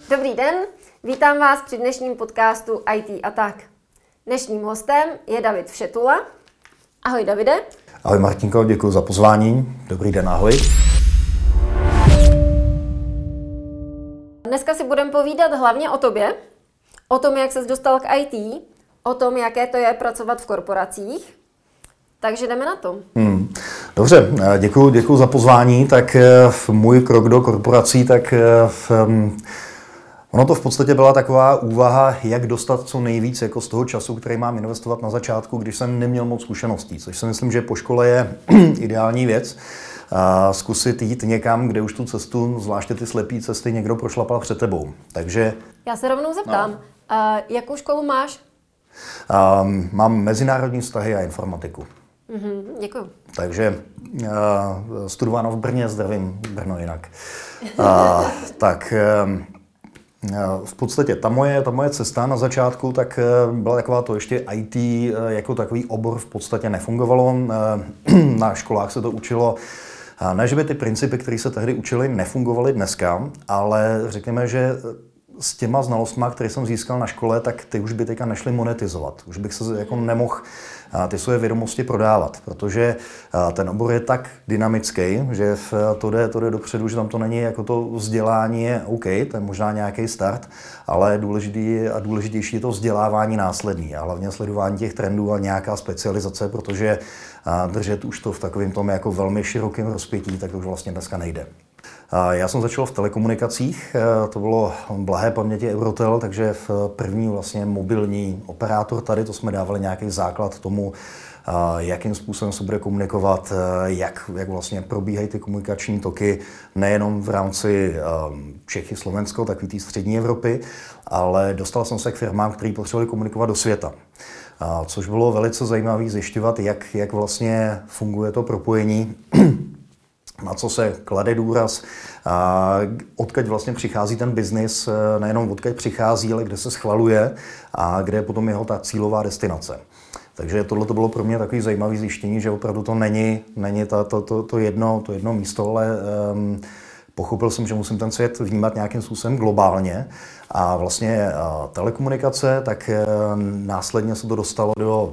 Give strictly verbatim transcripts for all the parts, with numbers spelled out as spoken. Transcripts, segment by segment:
Dobrý den, vítám vás při dnešním podcastu í té a tak. Dnešním hostem je David Všetula. Ahoj Davide. Ahoj Martinko, děkuji za pozvání. Dobrý den, ahoj. Dneska si budeme povídat hlavně o tobě, o tom, jak ses dostal k í té, o tom, jaké to je pracovat v korporacích. Takže jdeme na to. Hmm. Dobře, děkuji, děkuji za pozvání. Tak můj krok do korporací, tak v, ono to v podstatě byla taková úvaha, jak dostat co nejvíc jako z toho času, který mám investovat na začátku, když jsem neměl moc zkušeností, což si myslím, že po škole je ideální věc. A zkusit jít někam, kde už tu cestu, zvláště ty slepý cesty, někdo prošlapal před tebou. Takže... Já se rovnou zeptám, no. uh, jakou školu máš? Um, mám mezinárodní vztahy a informatiku. Mm-hmm, děkuju. Takže uh, studováno v Brně, zdravím Brno jinak. Uh, tak uh, v podstatě ta moje, ta moje cesta na začátku tak uh, byla taková to ještě í té uh, jako takový obor v podstatě nefungovalo. Uh, na školách se to učilo. Uh, ne, že by ty principy, které se tehdy učily, nefungovaly dneska, ale řekněme, že s těma znalostma, které jsem získal na škole, tak ty už by teďka nešly monetizovat. Už bych se jako nemohl ty svoje vědomosti prodávat, protože ten obor je tak dynamický, že to jde, to jde dopředu, že tam to není jako to vzdělání je OK, to je možná nějaký start, ale důležitý a důležitější je to vzdělávání následný a hlavně sledování těch trendů a nějaká specializace, protože držet už to v takovém tom jako velmi širokém rozpětí, tak to už vlastně dneska nejde. Já jsem začal v telekomunikacích, to bylo blahé paměti Eurotel, takže v první vlastně mobilní operátor tady, to jsme dávali nějaký základ tomu, jakým způsobem se bude komunikovat, jak, jak vlastně probíhají ty komunikační toky, nejenom v rámci Čechy, Slovensko, takový té střední Evropy, ale dostal jsem se k firmám, které potřebovali komunikovat do světa. Což bylo velice zajímavé zjišťovat, jak, jak vlastně funguje to propojení, na co se klade důraz, odkud vlastně přichází ten biznis, nejenom odkud přichází, ale kde se schvaluje a kde je potom jeho ta cílová destinace. Takže tohle to bylo pro mě takový zajímavý zjištění, že opravdu to není, není ta, to, to, to, jedno, to jedno místo, ale um, pochopil jsem, že musím ten svět vnímat nějakým způsobem globálně. A vlastně uh, telekomunikace, tak uh, následně se to dostalo do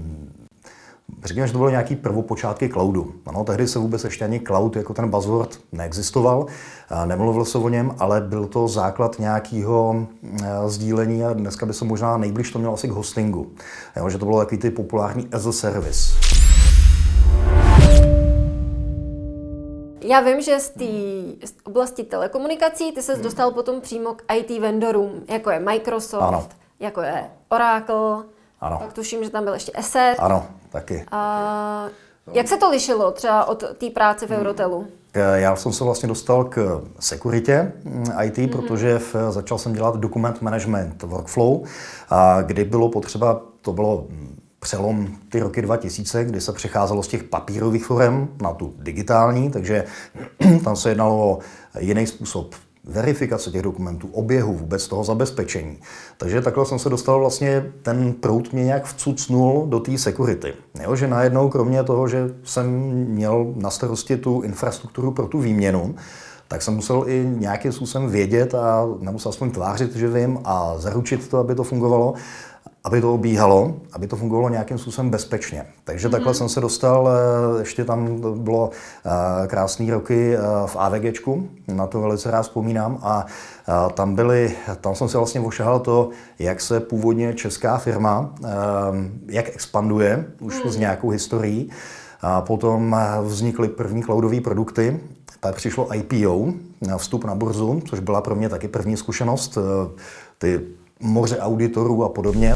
řekněme, že to bylo nějaký prvopočátky cloudu. Ano, tehdy se vůbec ještě ani cloud jako ten buzzword neexistoval, nemluvil se o něm, ale byl to základ nějakého sdílení a dneska by se možná nejblíž to mělo asi k hostingu. Jo, že to bylo takový ty populární as a service. Já vím, že z té oblasti telekomunikací ty ses dostal potom přímo k í té vendorům, jako je Microsoft, ano. Jako je Oracle, ano. Tak tuším, že tam byl ještě Asset. Ano, taky. A jak se to lišilo třeba od té práce v Eurotelu? Já jsem se vlastně dostal k sekuritě í té, mm-hmm. protože v, začal jsem dělat document management workflow, a kdy bylo potřeba, to bylo přelom ty roky dva tisíce, kdy se přecházelo z těch papírových forem na tu digitální, takže tam se jednalo o jiný způsob verifikace těch dokumentů, oběhu, vůbec toho zabezpečení. Takže takhle jsem se dostal vlastně, ten proud mě nějak vcucnul do té security. Jo, že najednou, kromě toho, že jsem měl na starosti tu infrastrukturu pro tu výměnu, tak jsem musel i nějakým způsobem vědět a nemusel aspoň tvářit, že vím a zaručit to, aby to fungovalo, aby to obíhalo, aby to fungovalo nějakým způsobem bezpečně. Takže mm-hmm. takhle jsem se dostal, ještě tam bylo krásné roky v AVGčku, na to velice rád vzpomínám a tam byly, tam jsem se vlastně ošahal to, jak se původně česká firma, jak expanduje už mm-hmm. s nějakou historií. A potom vznikly první cloudové produkty, pak přišlo í pé ó, vstup na burzu, což byla pro mě taky první zkušenost, ty moře auditorů a podobně.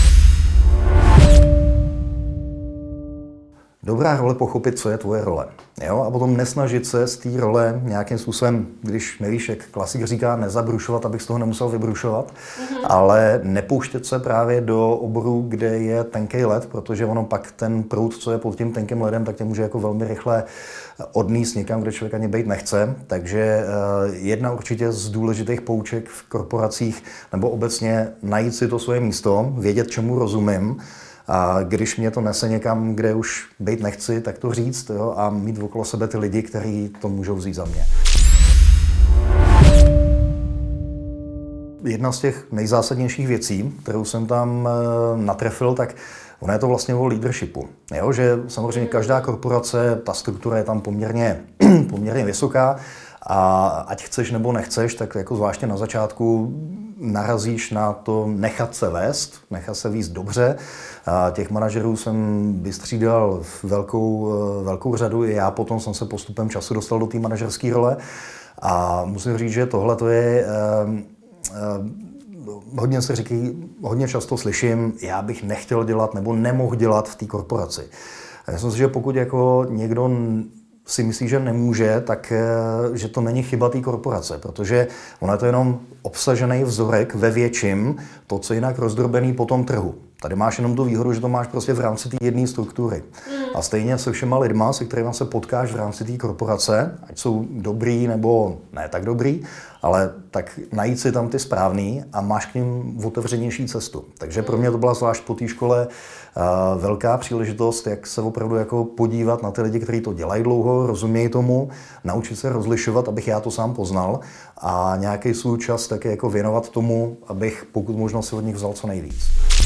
Dobrá role pochopit, co je tvoje role. Jo? A potom nesnažit se z té role nějakým způsobem, když nevíš, jak klasik říká, nezabrušovat, abych z toho nemusel vybrušovat, mm-hmm. ale nepouštět se právě do oboru, kde je tenký led, protože ono pak ten proud, co je pod tím tenkým ledem, tak tě může jako velmi rychle odníst někam, kde člověk ani být nechce. Takže jedna určitě z důležitých pouček v korporacích nebo obecně najít si to svoje místo, vědět, čemu rozumím, a když mě to nese někam, kde už být nechci, tak to říct, jo, a mít okolo sebe ty lidi, kteří to můžou vzít za mě. jedna z těch nejzásadnějších věcí, kterou jsem tam natrefil, tak ono je to vlastně o leadershipu. Jo? Že samozřejmě každá korporace, ta struktura je tam poměrně, poměrně vysoká a ať chceš nebo nechceš, tak jako zvláště na začátku narazíš na to nechat se vést, nechat se vést dobře. A těch manažerů jsem vystřídal velkou, velkou řadu, i já potom jsem se postupem času dostal do té manažerské role. A musím říct, že tohle to je, eh, eh, hodně se říkají, hodně často slyším, já bych nechtěl dělat nebo nemohl dělat v té korporaci. A já myslím si, že pokud jako někdo si myslí, že nemůže, tak že to není chyba té korporace, protože ono je to jenom obsažený vzorek ve větším, to, co je jinak rozdrobený po tom trhu. Tady máš jenom tu výhodu, že to máš prostě v rámci té jedné struktury. A stejně se všema lidma, se kterými se potkáš v rámci té korporace, ať jsou dobrý nebo ne tak dobrý, ale tak najít si tam ty správný a máš k nim otevřenější cestu. Takže pro mě to byla zvlášť po té škole uh, velká příležitost, jak se opravdu jako podívat na ty lidi, kteří to dělají dlouho, rozumějí tomu, naučit se rozlišovat, abych já to sám poznal a nějaký svůj čas taky jako věnovat tomu, abych pokud možno si od nich vzal co nejvíc.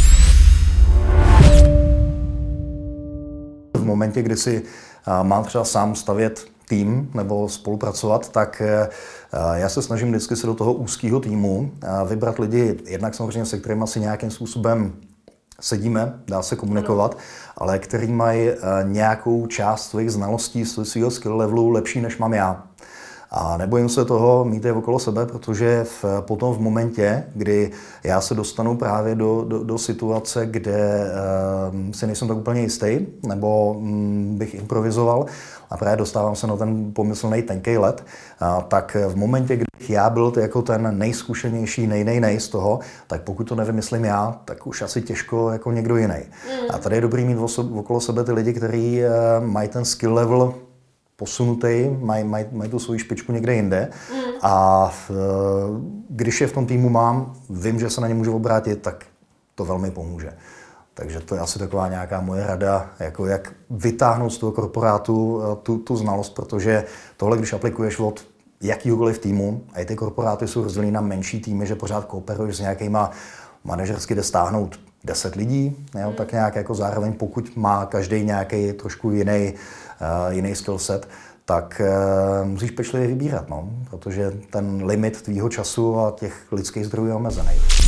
V momentě, kdy si mám třeba sám stavět tým nebo spolupracovat, tak já se snažím vždycky se do toho úzkého týmu vybrat lidi, jednak samozřejmě se kterými si nějakým způsobem sedíme, dá se komunikovat, ale který mají nějakou část svých znalostí, svého skill levelu lepší, než mám já. A nebojím se toho mít je okolo sebe, protože v, potom v momentě, kdy já se dostanu právě do, do, do situace, kde uh, si nejsem tak úplně jistý, nebo um, bych improvizoval a právě dostávám se na ten pomyslný tenkej led, uh, tak v momentě, kdy já byl jako ten nejzkušenější, nej, nej, nej z toho, tak pokud to nevymyslím já, tak už asi těžko jako někdo jiný. Mm. A tady je dobrý mít okolo sebe ty lidi, kteří uh, mají ten skill level posunutý, mají maj, maj tu svoji špičku někde jinde mm. a v, když je v tom týmu mám, vím, že se na ně můžu obrátit, tak to velmi pomůže. Takže to je asi taková nějaká moje rada, jako jak vytáhnout z toho korporátu tu, tu znalost, protože tohle, když aplikuješ od jakýhokoliv týmu, a i ty korporáty jsou rozděleny na menší týmy, že pořád kooperuješ s nějakýma manažersky, jde stáhnout deset lidí, jo, mm. tak nějak jako zároveň, pokud má každý nějaký trošku jiný Uh, jiný skillset, tak uh, musíš pečlivě vybírat, no, protože ten limit tvýho času a těch lidských zdrojů je omezený.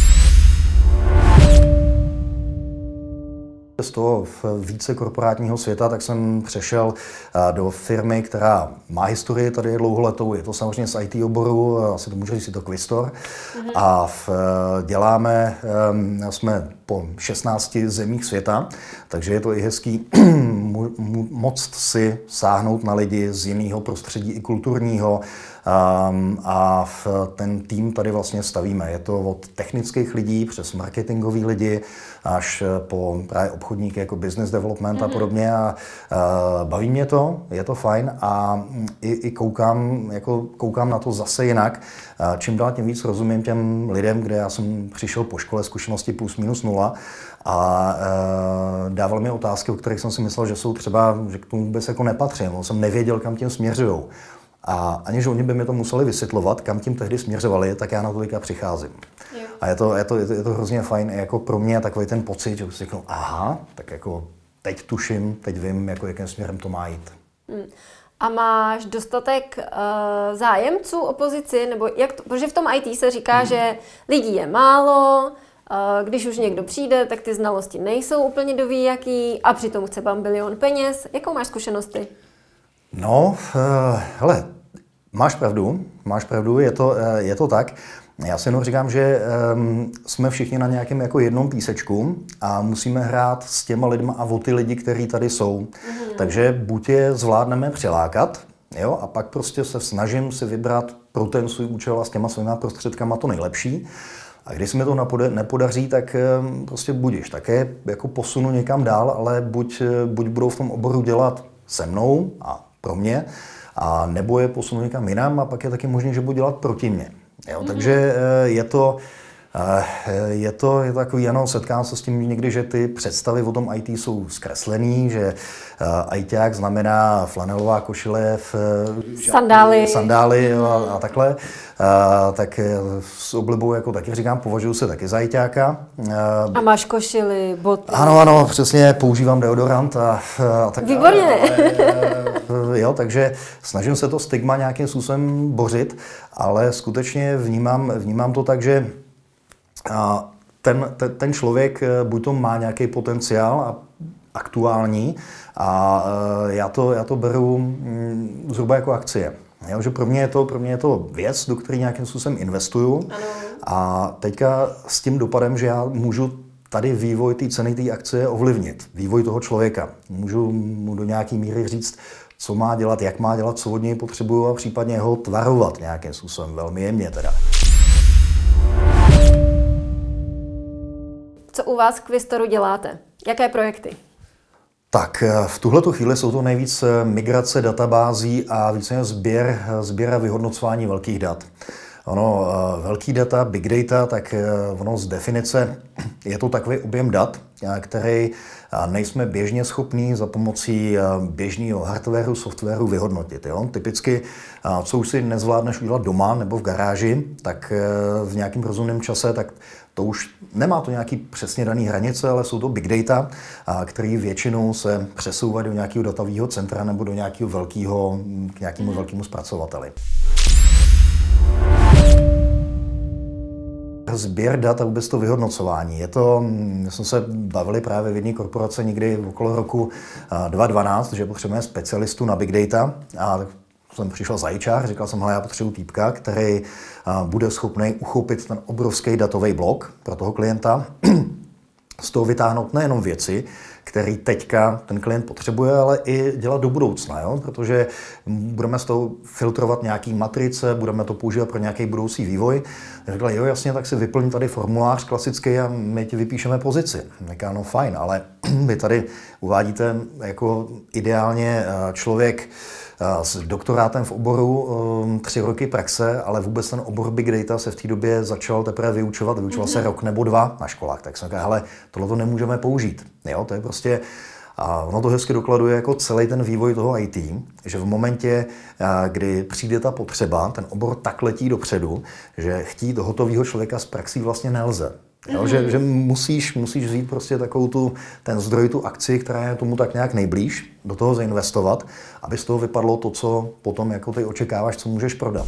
Z toho více korporátního světa, tak jsem přešel uh, do firmy, která má historii tady dlouholetou, je to samozřejmě z í té oboru, asi to může říct, je to Quistor. Mm-hmm. A v, uh, děláme, um, jsme po šestnácti zemích světa, takže je to i hezký moct si sáhnout na lidi z jiného prostředí i kulturního um, a v ten tým tady vlastně stavíme. Je to od technických lidí přes marketingový lidi až po právě obchodníky jako business development mm-hmm. a podobně a uh, baví mě to, je to fajn a i, i koukám, jako koukám na to zase jinak. Uh, čím dál tím víc rozumím těm lidem, kde já jsem přišel po škole zkušenosti plus minus nula a uh, dával mi otázky, o kterých jsem si myslel, že jsou třeba, že k tomu vůbec jako nepatřím. Jsem nevěděl, kam tím směřujou. A aniž oni by mi to museli vysvětlovat, kam tím tehdy směřovali, tak já na to teďka přicházím. Jo. A je to, je, to, je, to, je to hrozně fajn jako pro mě takový ten pocit, že si řeknu, aha, tak jako teď tuším, teď vím, jako jakým směrem to má jít. Hmm. A máš dostatek uh, zájemců o pozici, nebo jak to, protože v tom í té se říká, hmm. že lidí je málo, uh, když už někdo přijde, tak ty znalosti nejsou úplně dovíjaký a přitom chce bambilion peněz. Jakou máš zkušenosti? No, uh, hele, máš pravdu, máš pravdu, je to, uh, je to tak. Já si jenom říkám, že um, jsme všichni na nějakém jako jednom písečku a musíme hrát s těma lidma a o ty lidi, kteří tady jsou. Mm-hmm. Takže buď je zvládneme přilákat, jo, a pak prostě se snažím si vybrat pro ten svůj účel a s těma svýma prostředkama to nejlepší. A když se mi to nepodaří, tak um, prostě budiš. Také jako posunu někam dál, ale buď, buď budou v tom oboru dělat se mnou a pro mě, a nebo je posunu někam jinam a pak je taky možné, že budou dělat proti mně. Jo, mm-hmm. Takže je to, Je to, je to takový, ano, setkám se s tím někdy, že ty představy o tom í té jsou zkreslený, že ajťák znamená flanelová košile, v sandály, sandály a, a takhle. A, tak s oblibou, jako taky říkám, považuji se taky za ajťáka. A máš košily, boty. Ano, ano, přesně, používám deodorant a, a tak dále. Výborně. Jo, takže snažím se to stigma nějakým způsobem bořit, ale skutečně vnímám, vnímám to tak, že a ten, ten, ten člověk buď to má nějaký potenciál a aktuální a já to, já to beru zhruba jako akcie. Jo, že pro mě, je to, pro mě je to věc, do které nějakým způsobem investuju. Ano. A teďka s tím dopadem, že já můžu tady vývoj té ceny té akcie ovlivnit, vývoj toho člověka. Můžu mu do nějaké míry říct, co má dělat, jak má dělat, co od něj potřebuju a případně ho tvarovat nějakým způsobem, velmi jemně teda. Co u vás v Quistoru děláte? Jaké projekty? Tak v tuhletu chvíli jsou to nejvíc migrace databází a více sběr, sběr a vyhodnocování velkých dat. Ono, velký data, big data, tak ono z definice je to takový objem dat, který nejsme běžně schopní za pomocí běžného hardwareu, softwaru vyhodnotit. Jo? Typicky, co už si nezvládneš udělat doma nebo v garáži, tak v nějakém rozumném čase, tak to už nemá to nějaký přesně daný hranice, ale jsou to big data, které většinou se přesouvají do nějakého datového centra nebo do nějakého velkého, k nějakému velkému zpracovateli. Sběr dat a vůbec to vyhodnocování. Je to, my jsme se bavili právě v jedné korporaci někdy okolo roku dva tisíce dvanáct, že potřebujeme specialistu na big data a jsem přišel za há er, říkal jsem, hele, já potřebuji týpka, který bude schopný uchopit ten obrovský datový blok pro toho klienta, z toho vytáhnout nejenom věci, který teďka ten klient potřebuje, ale i dělat do budoucna, jo? Protože budeme z toho filtrovat nějaký matrice, budeme to používat pro nějaký budoucí vývoj. Řekl, jo, jasně, tak si vyplň tady formulář klasický a my ti vypíšeme pozici. Říká, no fajn, ale vy tady uvádíte jako ideálně člověk s doktorátem v oboru, tři roky praxe, ale vůbec ten obor Big Data se v té době začal teprve vyučovat, vyučoval mm-hmm. se rok nebo dva na školách, tak jsem říkal, hele, tohle to nemůžeme použít. Jo, to je prostě, a ono to hezky dokladuje jako celý ten vývoj toho í té, že v momentě, kdy přijde ta potřeba, ten obor tak letí dopředu, že chtít hotového člověka z praxí vlastně nelze. Jo, že, že musíš, musíš vzít prostě takovou tu, ten zdroj, tu akci, která je tomu tak nějak nejblíž, do toho zainvestovat, aby z toho vypadlo to, co potom jako ty očekáváš, co můžeš prodat.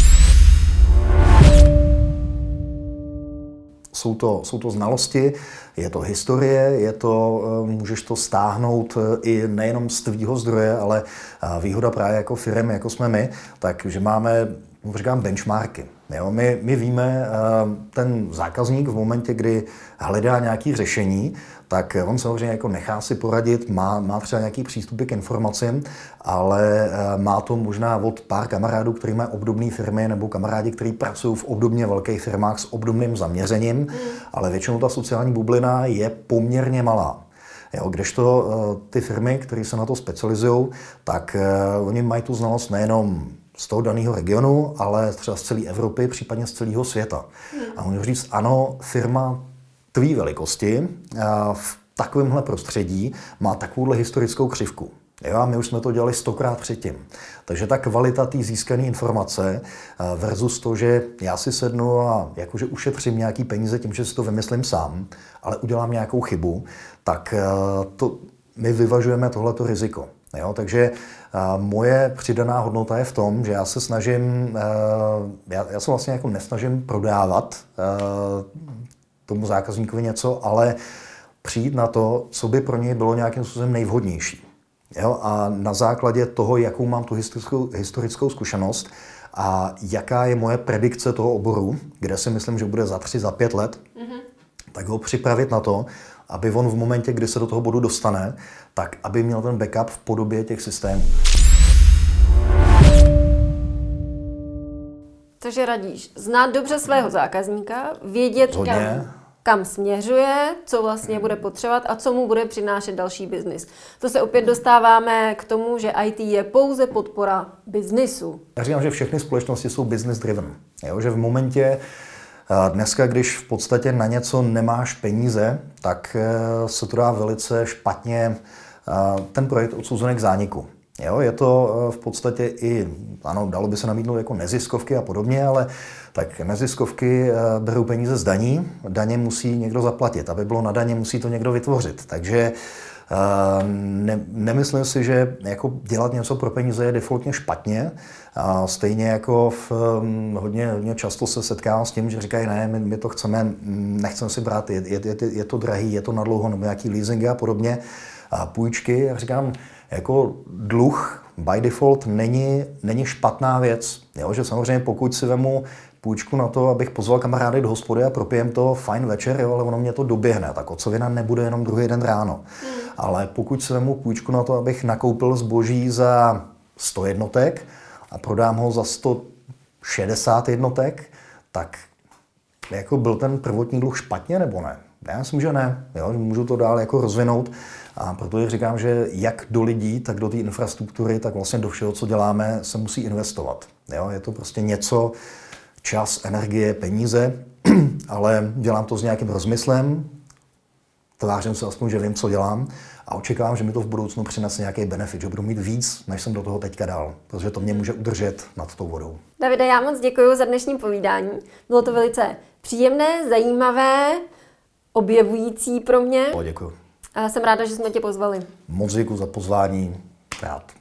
Jsou to, jsou to znalosti, je to historie, je to, můžeš to stáhnout i nejenom z tvýho zdroje, ale výhoda právě jako firmy, jako jsme my, takže máme, říkám, benchmarky. Jo, my, my víme, ten zákazník v momentě, kdy hledá nějaké řešení, tak on samozřejmě jako nechá si poradit, má, má třeba nějaký přístupy k informacím, ale má to možná od pár kamarádů, kteří mají obdobné firmy, nebo kamarádi, kteří pracují v obdobně velkých firmách s obdobným zaměřením, mm. ale většinou ta sociální bublina je poměrně malá. Jo, kdežto ty firmy, které se na to specializují, tak oni mají tu znalost nejenom z toho daného regionu, ale třeba z celé Evropy, případně z celého světa. Hmm. A můžu říct, ano, firma tvý velikosti v takovémhle prostředí má takovouhle historickou křivku. Jo, a my už jsme to dělali stokrát předtím. Takže ta kvalita té získané informace versus to, že já si sednu a jakože ušetřím nějaký peníze tím, že si to vymyslím sám, ale udělám nějakou chybu, tak to, my vyvažujeme tohleto riziko. Jo, takže uh, moje přidaná hodnota je v tom, že já se snažím, uh, já, já se vlastně jako nesnažím prodávat uh, tomu zákazníkovi něco, ale přijít na to, co by pro něj bylo nějakým způsobem nejvhodnější. Jo, a na základě toho, jakou mám tu historickou, historickou zkušenost a jaká je moje predikce toho oboru, kde si myslím, že bude za tři, za pět let, mm-hmm. tak ho připravit na to, aby on v momentě, kdy se do toho bodu dostane, tak aby měl ten backup v podobě těch systémů. Takže radíš znát dobře svého zákazníka, vědět, kam, kam směřuje, co vlastně bude potřebovat a co mu bude přinášet další biznis. To se opět dostáváme k tomu, že í té je pouze podpora biznisu. Já říkám, že všechny společnosti jsou business driven. Jo? Že v momentě, Dneska, když v podstatě na něco nemáš peníze, tak se to dá velice špatně ten projekt odsouzený k zániku. Jo, je to v podstatě i, ano, dalo by se namítnout jako neziskovky a podobně, ale tak neziskovky berou peníze z daní, daně musí někdo zaplatit, aby bylo na daně, musí to někdo vytvořit. Takže ne, nemyslím si, že jako dělat něco pro peníze je defaultně špatně. A stejně jako v, hodně, hodně často se setkávám s tím, že říkají, ne, my, my to chceme, nechceme si brát, je, je, je, je to drahý, je to na dlouho, nebo nějaký leasingy a podobně, a půjčky. Já říkám, jako dluh by default není, není špatná věc. Jo, že samozřejmě pokud si vemu půjčku na to, abych pozval kamarády do hospody a propijem to, fajn večer, jo, ale ono mě to doběhne. Ta kocovina nebude jenom druhý den ráno. Mm. Ale pokud si vemu půjčku na to, abych nakoupil zboží za sto jednotek a prodám ho za sto šedesát jednotek, tak jako byl ten prvotní dluh špatně nebo ne? Já myslím, že ne. Jo, můžu to dál jako rozvinout. A proto říkám, že jak do lidí, tak do té infrastruktury, tak vlastně do všeho, co děláme, se musí investovat. Jo, je to prostě něco, čas, energie, peníze, ale dělám to s nějakým rozmyslem, tvářím se aspoň, že vím, co dělám a očekávám, že mi to v budoucnu přinese nějaký benefit, že budu mít víc, než jsem do toho teďka dal, protože to mě může udržet nad tou vodou. Davide, já moc děkuji za dnešní povídání. Bylo to velice příjemné, zajímavé, objevující pro mě. O, děkuji. A jsem ráda, že jsme tě pozvali. Moc děkuji za pozvání. Rád.